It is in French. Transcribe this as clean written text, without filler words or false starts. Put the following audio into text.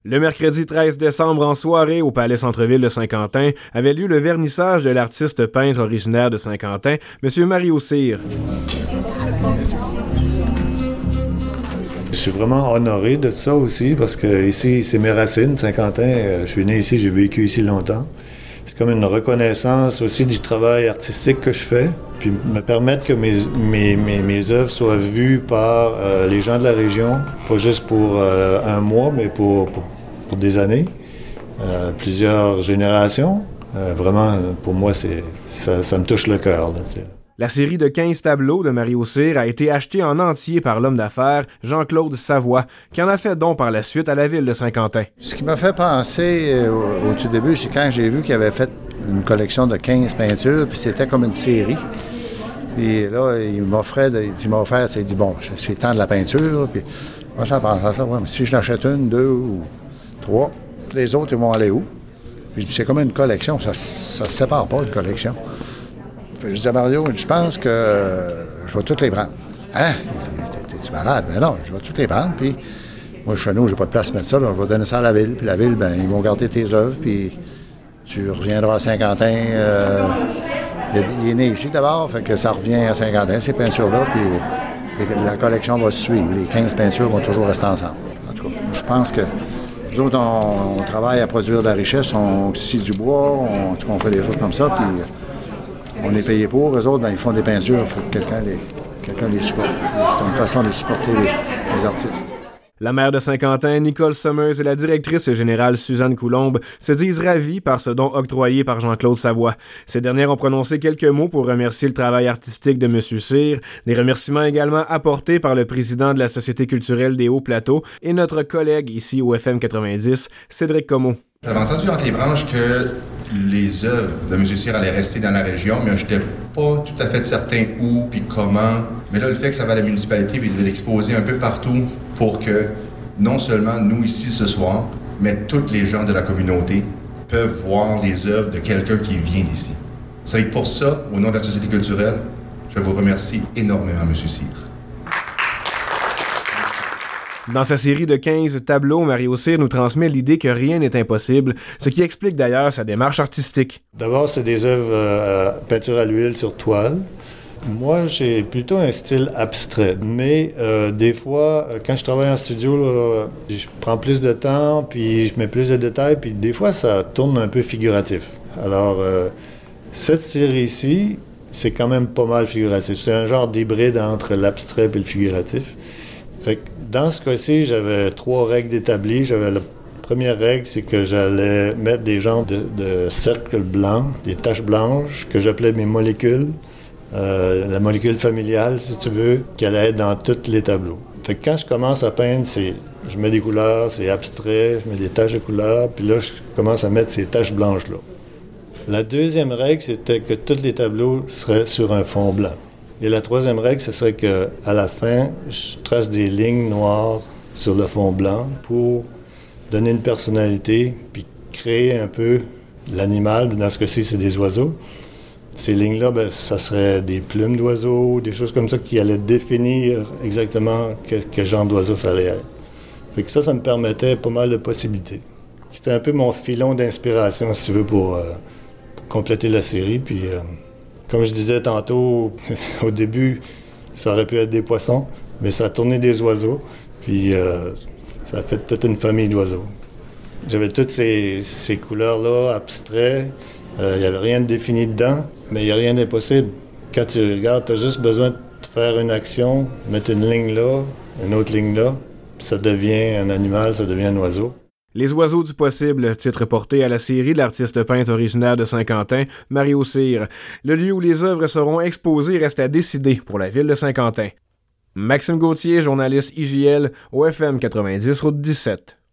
Le mercredi 13 décembre, en soirée, au Palais Centre-Ville de Saint-Quentin, avait lieu le vernissage de l'artiste peintre originaire de Saint-Quentin, M. Mario Cyr. Je suis vraiment honoré de ça aussi, parce que ici, c'est mes racines, Saint-Quentin. Je suis né ici, j'ai vécu ici longtemps. C'est comme une reconnaissance aussi du travail artistique que je fais, puis me permettre que mes œuvres soient vues par les gens de la région, pas juste pour un mois, mais pour des années, plusieurs générations. Vraiment, pour moi, ça me touche le cœur. La série de 15 tableaux de Mario Cyr a été achetée en entier par l'homme d'affaires Jean-Claude Savoie, qui en a fait don par la suite à la ville de Saint-Quentin. Ce qui m'a fait penser au tout début, c'est quand j'ai vu qu'il avait fait une collection de 15 peintures, puis c'était comme une série. Puis là, il m'a offert, il dit, bon, c'est temps de la peinture, puis moi, ça pense à ça, ouais, mais si je l'achète une, deux ou trois, les autres, ils vont aller où? Puis c'est comme une collection, ça se sépare pas, une collection. Je dis à Mario, je pense que je vais toutes les prendre. Hein? T'es-tu malade? Mais non, je vais toutes les prendre, puis moi, chez nous, j'ai pas de place pour mettre ça, là, je vais donner ça à la ville, puis la ville, ben ils vont garder tes œuvres, puis tu reviendras à Saint-Quentin. Il est né ici d'abord, fait que ça revient à Saint-Quentin, ces peintures-là, puis la collection va se suivre. Les 15 peintures vont toujours rester ensemble. En tout cas, je pense que nous autres, on travaille à produire de la richesse, on scie du bois, on fait des choses comme ça, puis on est payé pour. Eux autres, ben, ils font des peintures, il faut que quelqu'un les supporte. C'est une façon de supporter les artistes. La maire de Saint-Quentin, Nicole Summers, et la directrice générale Suzanne Coulombe se disent ravis par ce don octroyé par Jean-Claude Savoie. Ces dernières ont prononcé quelques mots pour remercier le travail artistique de M. Cyr, des remerciements également apportés par le président de la Société culturelle des Hauts-Plateaux et notre collègue ici au FM 90, Cédric Comeau. J'avais entendu entre les branches que les œuvres de M. Cyr allaient rester dans la région, mais je n'étais pas tout à fait certain où puis comment. Mais là, le fait que ça va à la municipalité, puis il va l'exposer un peu partout pour que non seulement nous ici ce soir, mais tous les gens de la communauté peuvent voir les œuvres de quelqu'un qui vient d'ici. C'est pour ça, au nom de la Société culturelle, je vous remercie énormément, M. Cyr. Dans sa série de 15 tableaux, Mario Cyr nous transmet l'idée que rien n'est impossible, ce qui explique d'ailleurs sa démarche artistique. D'abord, c'est des œuvres peinture à l'huile sur toile. Moi, j'ai plutôt un style abstrait, mais des fois, quand je travaille en studio, là, je prends plus de temps, puis je mets plus de détails, puis des fois, ça tourne un peu figuratif. Alors, cette série-ci, c'est quand même pas mal figuratif. C'est un genre d'hybride entre l'abstrait et le figuratif. Fait que dans ce cas-ci, j'avais 3 règles d'établies. La première règle, c'est que j'allais mettre des genres de cercles blancs, des taches blanches, que j'appelais mes molécules. La molécule familiale, si tu veux, qui allait être dans tous les tableaux. Fait que quand je commence à peindre, je mets des couleurs, c'est abstrait, je mets des taches de couleurs, puis là, je commence à mettre ces taches blanches-là. La deuxième règle, c'était que tous les tableaux seraient sur un fond blanc. Et la troisième règle, ce serait qu'à la fin, je trace des lignes noires sur le fond blanc pour donner une personnalité, puis créer un peu l'animal. Dans ce cas-ci, c'est des oiseaux. Ces lignes-là, ben, ça serait des plumes d'oiseaux, des choses comme ça qui allaient définir exactement quel genre d'oiseau ça allait être. Fait que ça me permettait pas mal de possibilités. C'était un peu mon filon d'inspiration, si tu veux, pour compléter la série. Puis, comme je disais tantôt, au début, ça aurait pu être des poissons, mais ça a tourné des oiseaux. Puis, ça a fait toute une famille d'oiseaux. J'avais toutes ces couleurs-là, abstraites. Il n'y avait rien de défini dedans, mais il n'y a rien d'impossible. Quand tu regardes, tu as juste besoin de faire une action, mettre une ligne là, une autre ligne là, puis ça devient un animal, ça devient un oiseau. Les oiseaux du possible, titre porté à la série de l'artiste peintre originaire de Saint-Quentin, Mario Cyr. Le lieu où les œuvres seront exposées reste à décider pour la ville de Saint-Quentin. Maxime Gauthier, journaliste IJL, au FM 90, route 17.